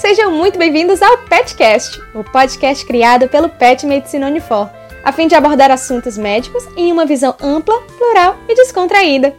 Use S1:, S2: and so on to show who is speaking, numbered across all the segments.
S1: Sejam muito bem-vindos ao PetCast, o podcast criado pelo Pet Medicina Unifor, a fim de abordar assuntos médicos em uma visão ampla, plural e descontraída.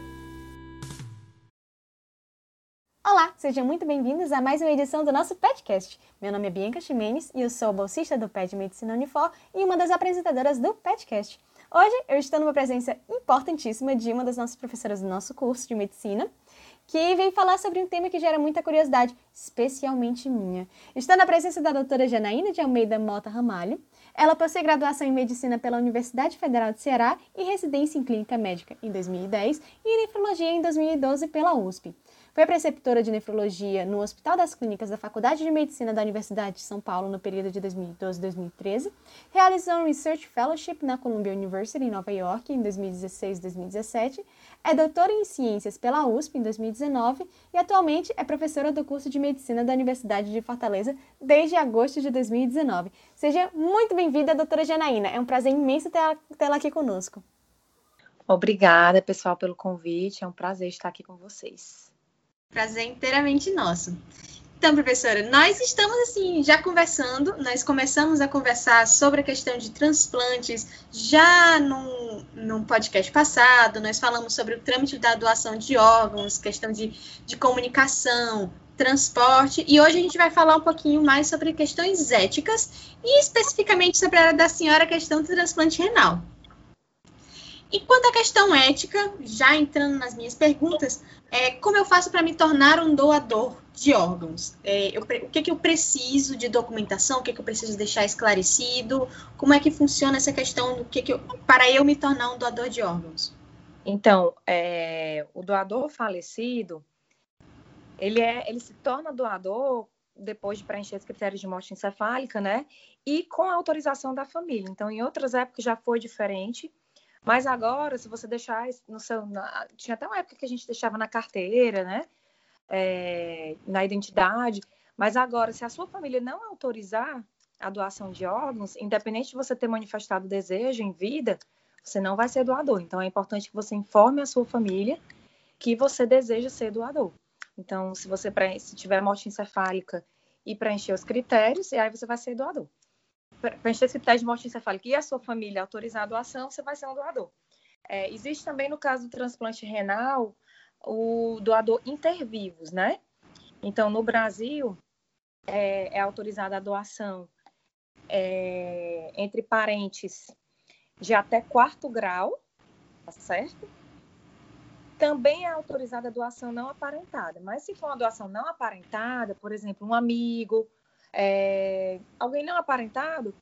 S1: Olá, sejam muito bem-vindos a mais uma edição do nosso PetCast. Meu nome é Bianca Ximenes e eu sou bolsista do Pet Medicina Unifor e uma das apresentadoras do PetCast. Hoje eu estou numa presença importantíssima de uma das nossas professoras do nosso curso de medicina, que veio falar sobre um tema que gera muita curiosidade, especialmente minha. Estou na presença da doutora Janaína de Almeida Mota Ramalho. Ela possui graduação em Medicina pela Universidade Federal de Ceará e residência em Clínica Médica em 2010 e em Nefrologia em 2012 pela USP. Foi preceptora de nefrologia no Hospital das Clínicas da Faculdade de Medicina da Universidade de São Paulo no período de 2012 e 2013. Realizou um Research Fellowship na Columbia University em Nova York em 2016 e 2017. É doutora em Ciências pela USP em 2019 e atualmente é professora do curso de Medicina da Universidade de Fortaleza desde agosto de 2019. Seja muito bem-vinda, doutora Janaína. É um prazer imenso tê-la aqui conosco.
S2: Obrigada, pessoal, pelo convite. É um prazer estar aqui com vocês.
S3: Prazer inteiramente nosso. Então, professora, nós estamos já conversando, nós começamos a conversar sobre a questão de transplantes já num podcast passado, nós falamos sobre o trâmite da doação de órgãos, questão de comunicação, transporte, e hoje a gente vai falar um pouquinho mais sobre questões éticas e especificamente sobre a área da senhora, a questão do transplante renal. E quanto à questão ética, já entrando nas minhas perguntas, como eu faço para me tornar um doador de órgãos? O que eu preciso de documentação? O que eu preciso deixar esclarecido? Como é que funciona essa questão para eu me tornar um doador de órgãos?
S2: Então, o doador falecido, ele se torna doador depois de preencher os critérios de morte encefálica, né? E com a autorização da família. Então, em outras épocas já foi diferente. Mas agora, se você deixar no seu... Tinha até uma época que a gente deixava na carteira, né? Na identidade. Mas agora, se a sua família não autorizar a doação de órgãos, independente de você ter manifestado desejo em vida, você não vai ser doador. Então, é importante que você informe a sua família que você deseja ser doador. Então, se tiver morte encefálica e preencher os critérios, e aí você vai ser doador. Preencher esse critério de morte encefálica e a sua família autorizar a doação, você vai ser um doador. Existe também, no caso do transplante renal, o doador intervivos, né? Então, no Brasil, é autorizada a doação entre parentes de até 4º grau, tá certo? Também é autorizada a doação não aparentada. Mas se for uma doação não aparentada, por exemplo, um amigo, alguém não aparentado,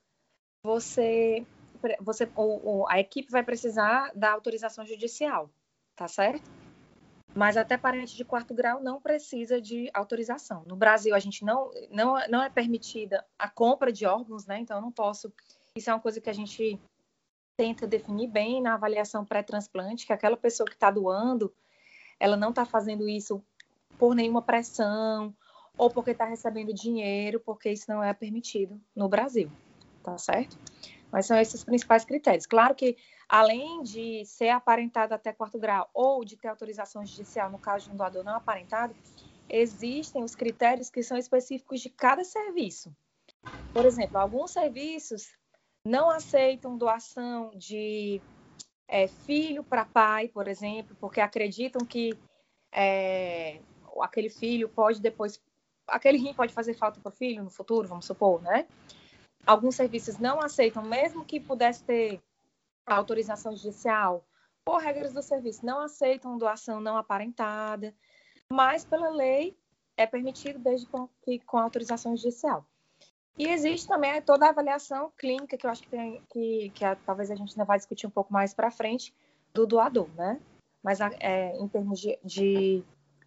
S2: a equipe vai precisar da autorização judicial, tá certo? Mas até parente de 4º grau não precisa de autorização. No Brasil, a gente não é permitida a compra de órgãos, né? Então, eu não posso... Isso é uma coisa que a gente tenta definir bem na avaliação pré-transplante, que aquela pessoa que está doando, ela não está fazendo isso por nenhuma pressão ou porque está recebendo dinheiro, porque isso não é permitido no Brasil, tá certo? Mas são esses os principais critérios. Claro que, além de ser aparentado até 4º grau ou de ter autorização judicial, no caso de um doador não aparentado, existem os critérios que são específicos de cada serviço. Por exemplo, alguns serviços não aceitam doação de filho para pai, por exemplo, porque acreditam que aquele filho pode depois... Aquele rim pode fazer falta para o filho no futuro, vamos supor, né? Alguns serviços não aceitam, mesmo que pudesse ter autorização judicial, por regras do serviço, não aceitam doação não aparentada, mas pela lei é permitido desde com autorização judicial. E existe também toda a avaliação clínica, que eu acho que talvez a gente ainda vai discutir um pouco mais para frente, do doador, né? Mas em termos de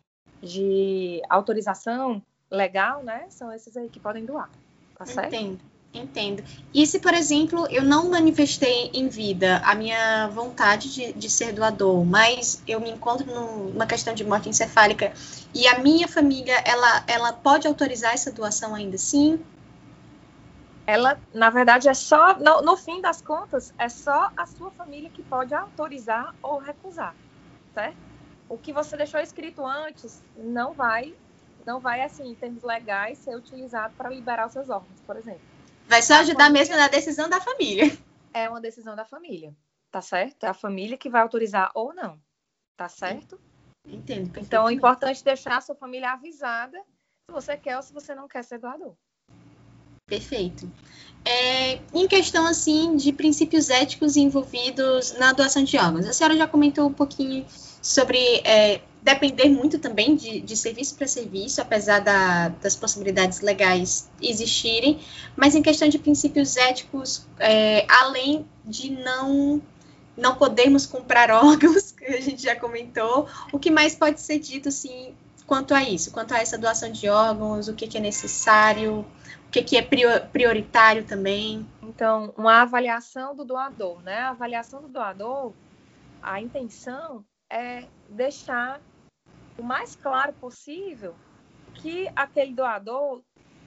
S2: autorização legal, né? São esses aí que podem doar, tá certo?
S3: Entendo. E se, por exemplo, eu não manifestei em vida a minha vontade de ser doador, mas eu me encontro numa questão de morte encefálica e a minha família, ela pode autorizar essa doação ainda assim?
S2: Ela, na verdade, é só, no fim das contas, é só a sua família que pode autorizar ou recusar, certo? O que você deixou escrito antes não vai não vai, assim, em termos legais, ser utilizado para liberar os seus órgãos, por exemplo.
S3: Vai só ajudar mesmo na decisão da família.
S2: É uma decisão da família, tá certo? É a família que vai autorizar ou não, tá certo?
S3: Entendo.
S2: Então, é importante deixar a sua família avisada se você quer ou se você não quer ser doador.
S3: Perfeito. Em questão, assim, de princípios éticos envolvidos na doação de órgãos, a senhora já comentou um pouquinho sobre depender muito também de serviço para serviço, apesar das possibilidades legais existirem, mas em questão de princípios éticos, além de não podermos comprar órgãos, que a gente já comentou, o que mais pode ser dito, assim, quanto a isso, quanto a essa doação de órgãos, o que é necessário, o que é prioritário também?
S2: Então, uma avaliação do doador, né? A avaliação do doador, a intenção é deixar o mais claro possível que aquele doador,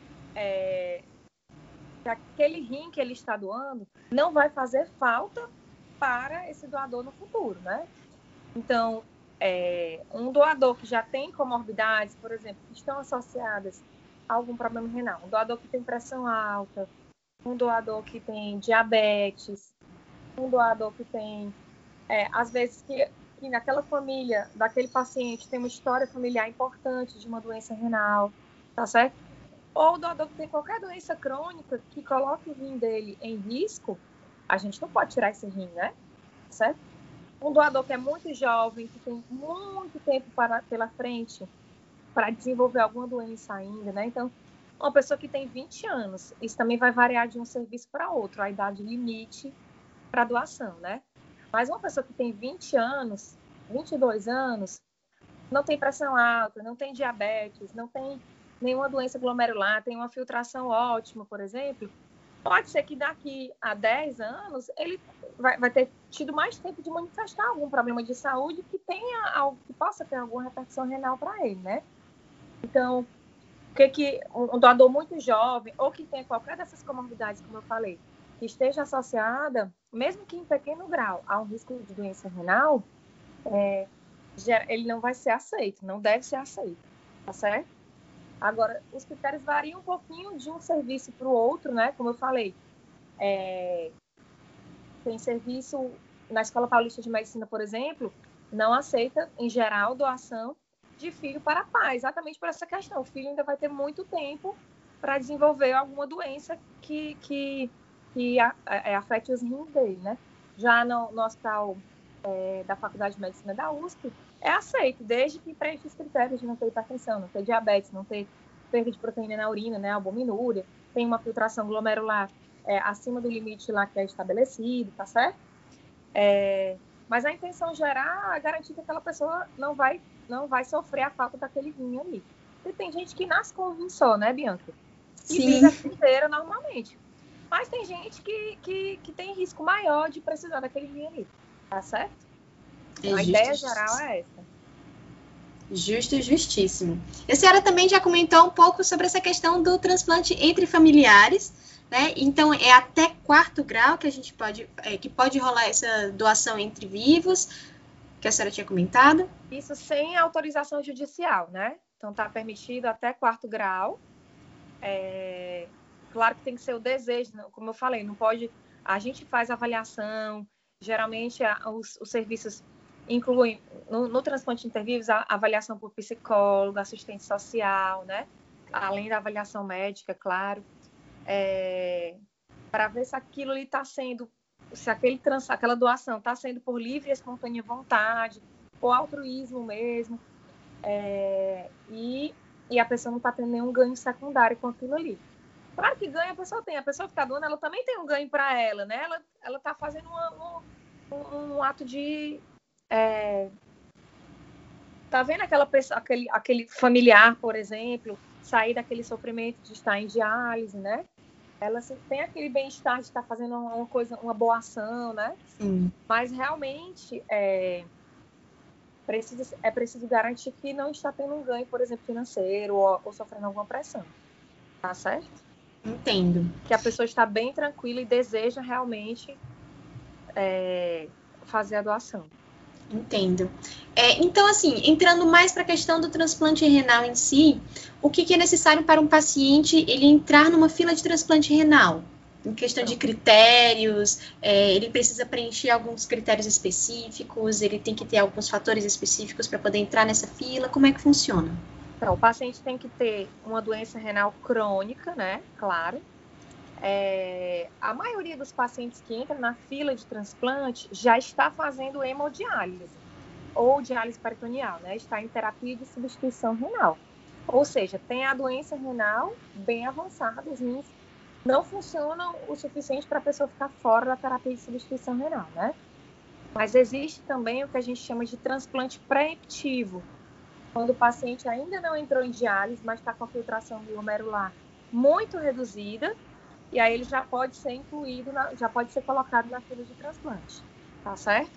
S2: que aquele rim que ele está doando, não vai fazer falta para esse doador no futuro, né? Então, um doador que já tem comorbidades, por exemplo, que estão associadas a algum problema renal, um doador que tem pressão alta, um doador que tem diabetes, um doador que tem, às vezes, que naquela família, daquele paciente, tem uma história familiar importante de uma doença renal, tá certo? Ou o doador que tem qualquer doença crônica que coloque o rim dele em risco, a gente não pode tirar esse rim, né? Certo? Um doador que é muito jovem, que tem muito tempo pela frente para desenvolver alguma doença ainda, né? Então, uma pessoa que tem 20 anos, isso também vai variar de um serviço para outro, a idade limite para doação, né? Mas uma pessoa que tem 20 anos, 22 anos, não tem pressão alta, não tem diabetes, não tem nenhuma doença glomerular, tem uma filtração ótima, por exemplo, pode ser que daqui a 10 anos ele vai ter tido mais tempo de manifestar algum problema de saúde que possa ter alguma repercussão renal para ele, né? Então, um doador muito jovem ou que tenha qualquer dessas comorbidades, como eu falei, que esteja associada, mesmo que em pequeno grau, a um risco de doença renal, ele não vai ser aceito, não deve ser aceito, tá certo? Agora, os critérios variam um pouquinho de um serviço para o outro, né? Como eu falei, tem serviço na Escola Paulista de Medicina, por exemplo, não aceita, em geral, doação de filho para pai, exatamente por essa questão. O filho ainda vai ter muito tempo para desenvolver alguma doença que afete os rins dele, né? Já no hospital da Faculdade de Medicina da USP, é aceito, desde que preencha os critérios de não ter hipertensão, não ter diabetes, não ter perda de proteína na urina, né, albuminúria, tem uma filtração glomerular acima do limite lá que é estabelecido, tá certo? Mas a intenção geral é garantir que aquela pessoa não vai sofrer a falta daquele rim ali. E tem gente que nasce com um rim só, né, Bianca? E vive a vida inteira normalmente. Mas tem gente que tem risco maior de precisar daquele rim ali, tá certo? A ideia geral é essa.
S3: Justo e justíssimo. E a senhora também já comentou um pouco sobre essa questão do transplante entre familiares, né? Então, é até 4º grau que a gente pode rolar essa doação entre vivos, que a senhora tinha comentado.
S2: Isso sem autorização judicial, né? Então, está permitido até 4º grau. Claro que tem que ser o desejo, como eu falei, não pode... A gente faz avaliação, geralmente os serviços incluem, no transplante intervivos, a avaliação por psicólogo, assistente social, né? Além da avaliação médica, claro, para ver se aquilo ali está sendo, se aquela doação está sendo por livre e espontânea vontade, ou altruísmo mesmo, e a pessoa não está tendo nenhum ganho secundário com aquilo ali. Claro que ganho a pessoa tem. A pessoa que está doando, ela também tem um ganho para ela, né? Ela está fazendo um ato de... Tá vendo aquela pessoa, aquele familiar, por exemplo, sair daquele sofrimento de estar em diálise, né? Ela tem aquele bem-estar de estar fazendo uma boa ação, né?
S3: Sim.
S2: Mas realmente é preciso garantir que não está tendo um ganho, por exemplo, financeiro ou sofrendo alguma pressão. Tá certo?
S3: Entendo.
S2: Que a pessoa está bem tranquila e deseja realmente fazer a doação.
S3: Entendo. Então, assim, entrando mais para a questão do transplante renal em si, o que é necessário para um paciente ele entrar numa fila de transplante renal? Em questão de critérios, ele precisa preencher alguns critérios específicos, ele tem que ter alguns fatores específicos para poder entrar nessa fila, como é que funciona?
S2: Então, o paciente tem que ter uma doença renal crônica, né? Claro. A maioria dos pacientes que entram na fila de transplante já está fazendo hemodiálise ou diálise peritoneal, né? Está em terapia de substituição renal. Ou seja, tem a doença renal bem avançada, os rins não funcionam o suficiente para a pessoa ficar fora da terapia de substituição renal, né? Mas existe também o que a gente chama de transplante pré-emptivo, quando o paciente ainda não entrou em diálise, mas está com a filtração glomerular muito reduzida, e aí ele já pode ser incluído, já pode ser colocado na fila de transplante, tá certo?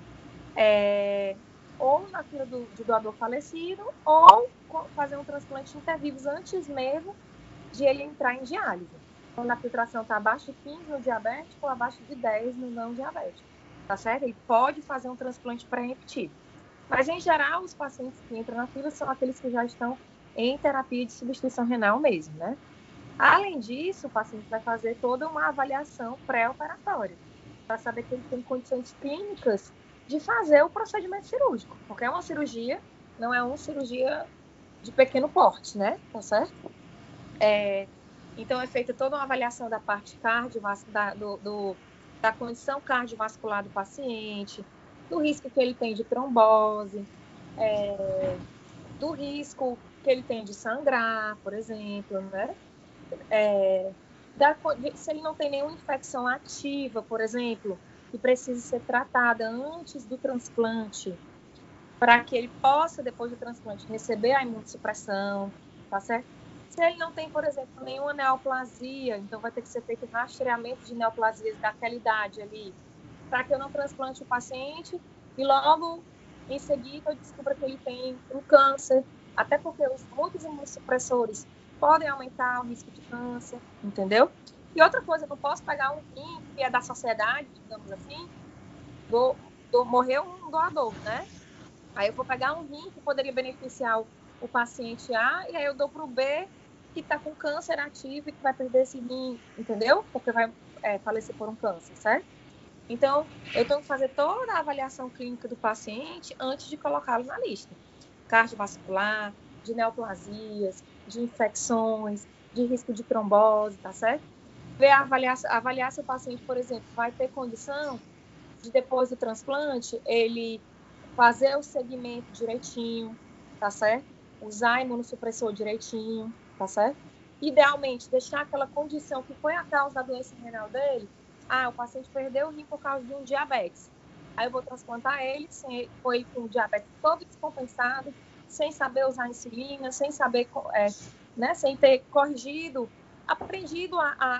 S2: Ou na fila de doador falecido, ou fazer um transplante intervivos antes mesmo de ele entrar em diálise. Quando a filtração está abaixo de 15 no diabético ou abaixo de 10 no não diabético, tá certo? Ele pode fazer um transplante pré-emptivo. Mas, em geral, os pacientes que entram na fila são aqueles que já estão em terapia de substituição renal mesmo, né? Além disso, o paciente vai fazer toda uma avaliação pré-operatória para saber que ele tem condições clínicas de fazer o procedimento cirúrgico, porque é uma cirurgia, não é uma cirurgia de pequeno porte, né? Tá certo? Então, é feita toda uma avaliação da parte cardiovascular, da condição cardiovascular do paciente, do risco que ele tem de trombose, do risco que ele tem de sangrar, por exemplo, né? Se ele não tem nenhuma infecção ativa, por exemplo, que precise ser tratada antes do transplante, para que ele possa, depois do transplante, receber a imunossupressão, tá certo? Se ele não tem, por exemplo, nenhuma neoplasia, então vai ter que ser feito rastreamento de neoplasias daquela idade ali, para que eu não transplante o paciente e logo em seguida eu descubra que ele tem um câncer, até porque muitos imunossupressores podem aumentar o risco de câncer, entendeu? E outra coisa, eu não posso pegar um rim que é da sociedade, digamos assim, morreu um doador, né? Aí eu vou pegar um rim que poderia beneficiar o paciente A, e aí eu dou para o B, que está com câncer ativo e que vai perder esse rim, entendeu? Porque vai falecer por um câncer, certo? Então, eu tenho que fazer toda a avaliação clínica do paciente antes de colocá-lo na lista. Cardiovascular, de neoplasias, de infecções, de risco de trombose, tá certo? Avaliar se o paciente, por exemplo, vai ter condição de, depois do transplante, ele fazer o segmento direitinho, tá certo? Usar imunossupressor direitinho, tá certo? Idealmente, deixar aquela condição que foi a causa da doença renal dele. O paciente perdeu o rim por causa de um diabetes. Aí eu vou transplantar ele, foi com o diabetes todo descompensado, sem saber usar insulina, sem saber, sem ter aprendido,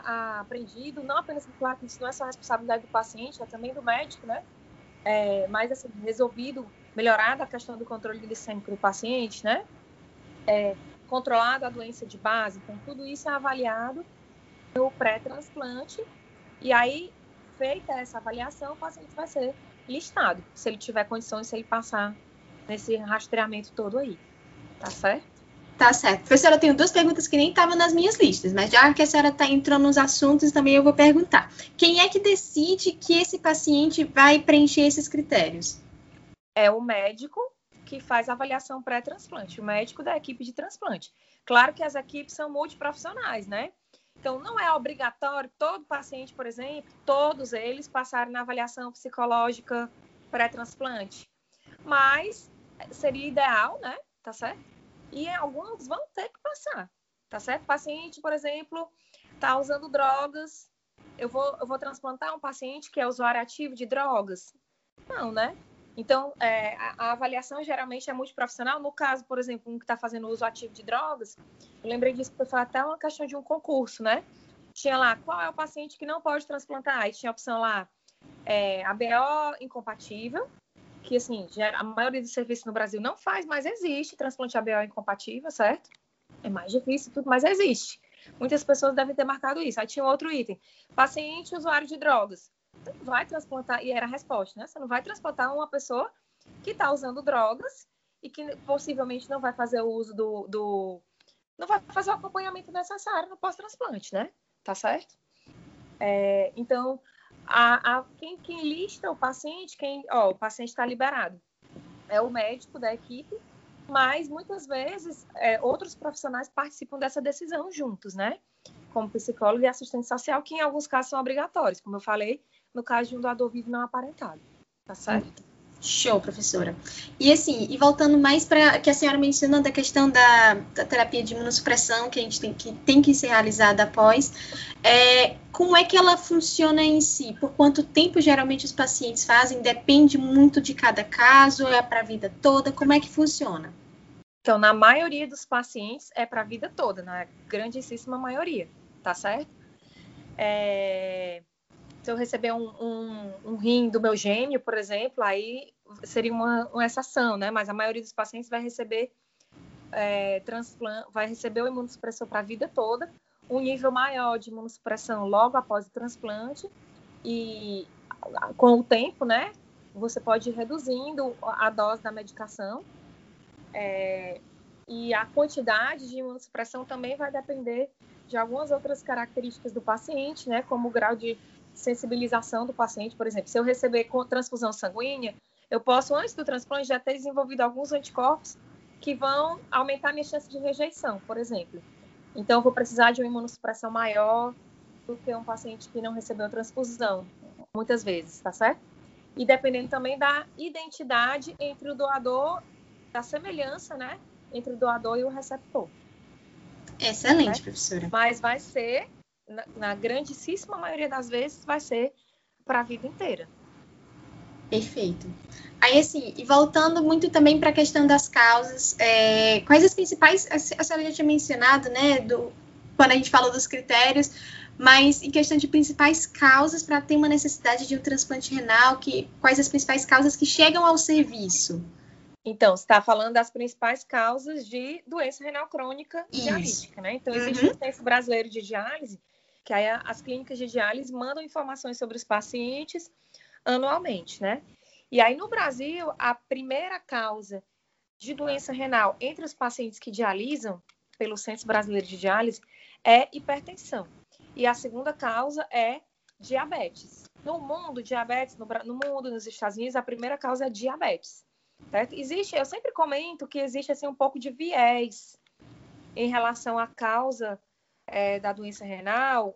S2: não apenas, claro que isso não é só a responsabilidade do paciente, é também do médico, né? Mas, assim, melhorado a questão do controle glicêmico do paciente, né? Controlado a doença de base. Então, tudo isso é avaliado no pré-transplante. E aí, feita essa avaliação, o paciente vai ser listado, se ele tiver condições, se ele passar nesse rastreamento todo aí. Tá certo?
S3: Tá certo. Professora, eu tenho 2 perguntas que nem estavam nas minhas listas, mas já que a senhora entrou nos assuntos, também eu vou perguntar. Quem é que decide que esse paciente vai preencher esses critérios?
S2: É o médico que faz a avaliação pré-transplante, o médico da equipe de transplante. Claro que as equipes são multiprofissionais, né? Então, não é obrigatório todo paciente, por exemplo, todos eles passarem na avaliação psicológica pré-transplante. Mas seria ideal, né? Tá certo? E alguns vão ter que passar, tá certo? O paciente, por exemplo, está usando drogas. Eu vou transplantar um paciente que é usuário ativo de drogas? Não, né? Então, a avaliação geralmente é multiprofissional. No caso, por exemplo, um que está fazendo uso ativo de drogas, eu lembrei disso porque foi até uma questão de um concurso, né? Tinha lá, qual é o paciente que não pode transplantar? Aí tinha a opção lá, ABO incompatível, que, assim, a maioria dos serviços no Brasil não faz, mas existe transplante ABO incompatível, certo? É mais difícil tudo, mas existe. Muitas pessoas devem ter marcado isso. Aí tinha outro item, paciente usuário de drogas. Você não vai transplantar, e era a resposta, né? Você não vai transplantar uma pessoa que está usando drogas e que possivelmente não vai fazer o uso não vai fazer o acompanhamento necessário no pós-transplante, né? Tá certo? Então, quem lista o paciente, o paciente está liberado, é o médico da equipe, mas muitas vezes outros profissionais participam dessa decisão juntos, né? Como psicólogo e assistente social, que em alguns casos são obrigatórios, como eu falei, no caso de um doador vivo não aparentado. Tá certo?
S3: Show, professora. E assim, voltando mais para que a senhora mencionou da questão da terapia de imunossupressão que a gente tem que ser realizada após, como é que ela funciona em si? Por quanto tempo geralmente os pacientes fazem? Depende muito de cada caso? É para a vida toda? Como é que funciona?
S2: Então, na maioria dos pacientes é para a vida toda, na grandíssima maioria, tá certo? Se eu receber um rim do meu gêmeo, por exemplo, aí seria uma exceção, né? Mas a maioria dos pacientes vai receber vai receber o imunossupressor para a vida toda, um nível maior de imunossupressão logo após o transplante, e com o tempo, né? Você pode ir reduzindo a dose da medicação, e a quantidade de imunossupressão também vai depender de algumas outras características do paciente, né? Como o grau de sensibilização do paciente, por exemplo. Se eu receber transfusão sanguínea, eu posso, antes do transplante, já ter desenvolvido alguns anticorpos que vão aumentar a minha chance de rejeição, por exemplo. Então, eu vou precisar de uma imunossupressão maior do que um paciente que não recebeu transfusão, muitas vezes, tá certo? E dependendo também da identidade entre o doador, da semelhança, né, entre o doador e o receptor.
S3: Excelente, professora.
S2: Mas vai ser, na grandíssima maioria das vezes, vai ser para a vida inteira.
S3: Perfeito. Aí, assim, e voltando muito também para a questão das causas, quais as principais, a senhora já tinha mencionado, né, quando a gente falou dos critérios, mas em questão de principais causas para ter uma necessidade de um transplante renal, quais as principais causas que chegam ao serviço?
S2: Então, você está falando das principais causas de doença renal crônica dialítica, né? Então, existe o Censo Brasileiro de Diálise, que aí as clínicas de diálise mandam informações sobre os pacientes anualmente, né? E aí, no Brasil, a primeira causa de doença renal entre os pacientes que dialisam, pelo Censo Brasileiro de Diálise, é hipertensão. E a segunda causa é diabetes. No mundo, diabetes, no mundo, nos Estados Unidos, a primeira causa é diabetes. Certo? Eu sempre comento que existe assim, um pouco de viés em relação à causa da doença renal,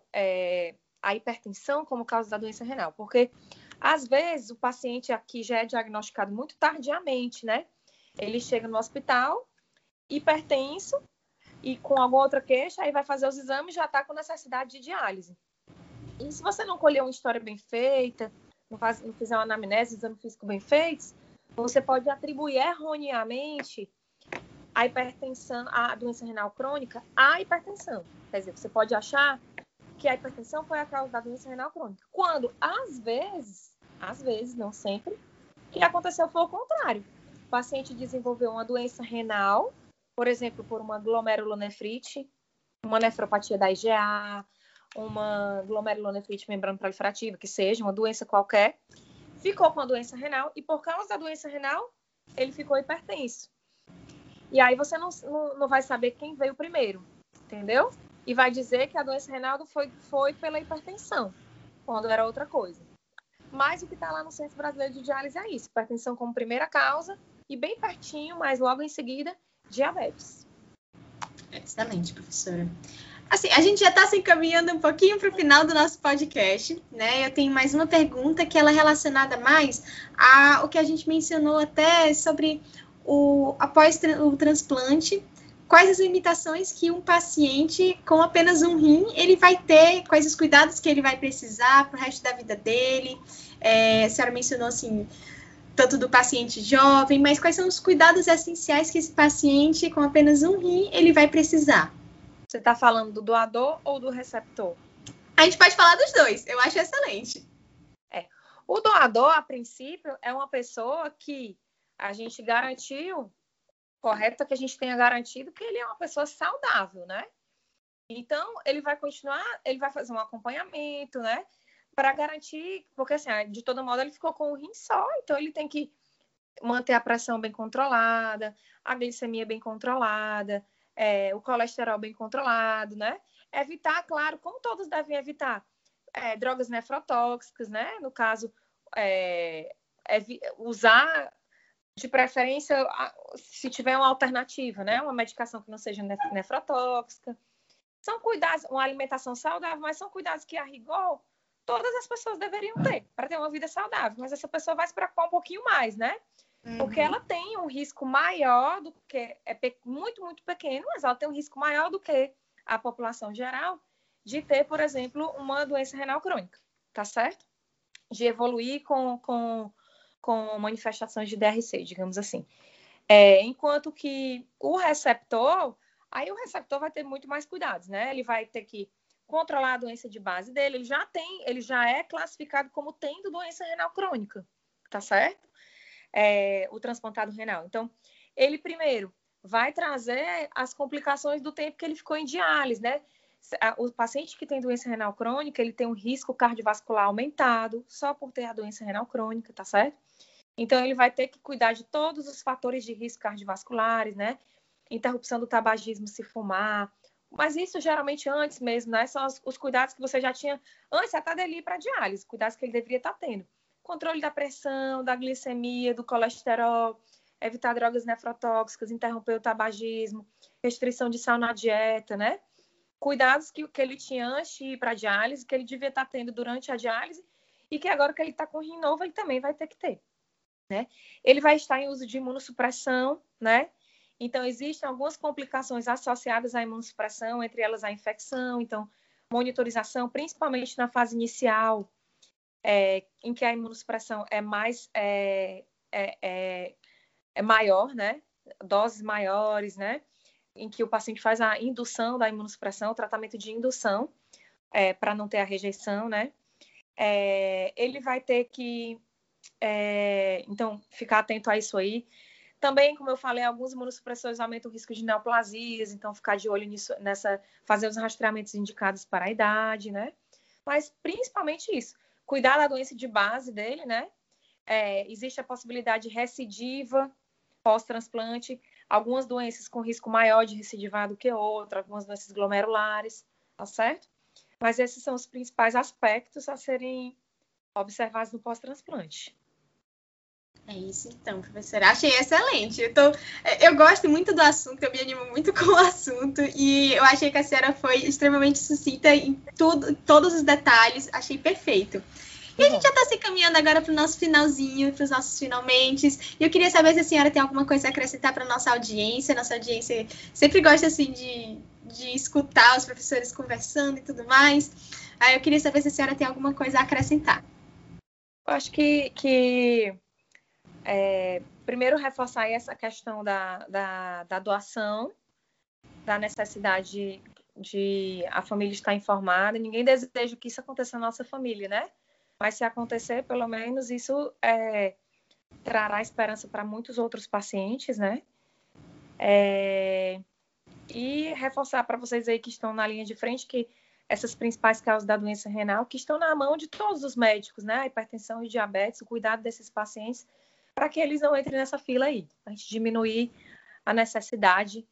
S2: a hipertensão como causa da doença renal, porque às vezes o paciente aqui já é diagnosticado muito tardiamente, né? Ele chega no hospital hipertenso e com alguma outra queixa, aí vai fazer os exames e já está com necessidade de diálise. E se você não colher uma história bem feita, não fizer uma anamnese, exame físico bem feitos, você pode atribuir erroneamente a hipertensão, a doença renal crônica, à hipertensão. Quer dizer, você pode achar que a hipertensão foi a causa da doença renal crônica, quando, às vezes, não sempre, o que aconteceu foi o contrário. O paciente desenvolveu uma doença renal, por exemplo, por uma glomerulonefrite, uma nefropatia da IgA, uma glomerulonefrite membrana proliferativa, que seja, uma doença qualquer, ficou com a doença renal e, por causa da doença renal, ele ficou hipertenso. E aí você não vai saber quem veio primeiro, entendeu? E vai dizer que a doença renal foi pela hipertensão, quando era outra coisa. Mas o que está lá no Censo Brasileiro de Diálise é isso, hipertensão como primeira causa e bem pertinho, mas logo em seguida, diabetes.
S3: Excelente, professora. Assim, a gente já está se encaminhando um pouquinho para o final do nosso podcast, né? Eu tenho mais uma pergunta que ela é relacionada mais ao que a gente mencionou até sobre após o transplante, quais as limitações que um paciente com apenas um rim, ele vai ter, quais os cuidados que ele vai precisar para o resto da vida dele. A senhora mencionou, assim, tanto do paciente jovem, mas quais são os cuidados essenciais que esse paciente com apenas um rim, ele vai precisar?
S2: Você está falando do doador ou do receptor?
S3: A gente pode falar dos dois, eu acho excelente.
S2: O doador, a princípio, é uma pessoa que a gente garantiu, correto que a gente tenha garantido que ele é uma pessoa saudável, né? Então, ele vai continuar, ele vai fazer um acompanhamento, né? Para garantir, porque assim, de todo modo ele ficou com um rim só, então ele tem que manter a pressão bem controlada, a glicemia bem controlada, o colesterol bem controlado, né? Evitar, claro, como todos devem evitar, drogas nefrotóxicas, né? No caso, usar, de preferência, se tiver uma alternativa, né? Uma medicação que não seja nefrotóxica. São cuidados, uma alimentação saudável, mas são cuidados que, a rigor, todas as pessoas deveriam ter para ter uma vida saudável. Mas essa pessoa vai se preocupar um pouquinho mais, né? Porque ela tem um risco maior do que... muito, muito pequeno, mas ela tem um risco maior do que a população geral de ter, por exemplo, uma doença renal crônica, tá certo? De evoluir com manifestações de DRC, digamos assim. Enquanto que o receptor... Aí o receptor vai ter muito mais cuidados, né? Ele vai ter que controlar a doença de base dele. Ele já é classificado como tendo doença renal crônica, tá certo? O transplantado renal. Então, ele primeiro vai trazer as complicações do tempo que ele ficou em diálise, né? O paciente que tem doença renal crônica, ele tem um risco cardiovascular aumentado só por ter a doença renal crônica, tá certo? Então, ele vai ter que cuidar de todos os fatores de risco cardiovasculares, né? Interrupção do tabagismo se fumar, mas isso geralmente antes mesmo, né? São os cuidados que você já tinha antes até dele ir para a diálise, cuidados que ele deveria estar tendo. Controle da pressão, da glicemia, do colesterol, evitar drogas nefrotóxicas, interromper o tabagismo, restrição de sal na dieta, né? Cuidados que ele tinha antes de ir para a diálise, que ele devia estar tendo durante a diálise e que agora que ele está com rim novo, ele também vai ter que ter, né? Ele vai estar em uso de imunossupressão, né? Então, existem algumas complicações associadas à imunossupressão, entre elas a infecção. Então, monitorização, principalmente na fase inicial, em que a imunossupressão é maior, né? Doses maiores, né? Em que o paciente faz a indução da imunossupressão, o tratamento de indução, para não ter a rejeição, né? Ele vai ter que, então, ficar atento a isso aí. Também, como eu falei, alguns imunossupressores aumentam o risco de neoplasias, então ficar de olho nisso, fazer os rastreamentos indicados para a idade, né? Mas principalmente isso, cuidar da doença de base dele, né? Existe a possibilidade recidiva pós-transplante, algumas doenças com risco maior de recidivar do que outras, algumas doenças glomerulares, tá certo? Mas esses são os principais aspectos a serem observados no pós-transplante.
S3: É isso então, professora. Achei excelente. Eu gosto muito do assunto, eu me animo muito com o assunto e eu achei que a senhora foi extremamente sucinta em todos os detalhes. Achei perfeito. E a gente já está se caminhando agora para o nosso finalzinho, para os nossos finalmente. E eu queria saber se a senhora tem alguma coisa a acrescentar para a nossa audiência. Nossa audiência sempre gosta assim de escutar os professores conversando e tudo mais. Aí eu queria saber se a senhora tem alguma coisa a acrescentar.
S2: Eu acho que primeiro reforçar aí essa questão da doação, da necessidade de a família estar informada. Ninguém deseja que isso aconteça na nossa família, né? Mas se acontecer, pelo menos isso trará esperança para muitos outros pacientes, né? E reforçar para vocês aí que estão na linha de frente que essas principais causas da doença renal, que estão na mão de todos os médicos, né? A hipertensão e diabetes, o cuidado desses pacientes, para que eles não entrem nessa fila aí, a gente diminuir a necessidade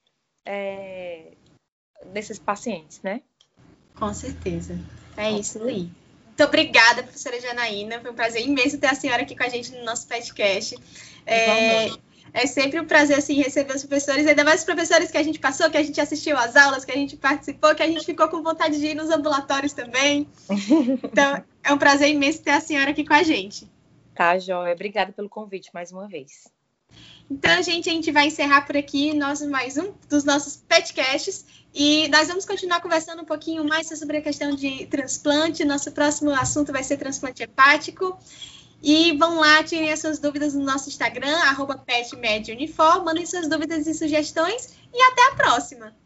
S2: desses pacientes, né?
S3: Com certeza. É isso aí. Muito obrigada, professora Janaína. Foi um prazer imenso ter a senhora aqui com a gente no nosso podcast. É sempre um prazer, assim, receber os professores, ainda mais os professores que a gente passou, que a gente assistiu às aulas, que a gente participou, que a gente ficou com vontade de ir nos ambulatórios também. Então, é um prazer imenso ter a senhora aqui com a gente.
S2: Tá, Joia. Obrigada pelo convite mais uma vez.
S3: Então, gente, a gente vai encerrar por aqui mais um dos nossos podcasts e nós vamos continuar conversando um pouquinho mais sobre a questão de transplante. Nosso próximo assunto vai ser transplante hepático. E vão lá, tirem as suas dúvidas no nosso Instagram, @PetMedUnifor, mandem suas dúvidas e sugestões e até a próxima!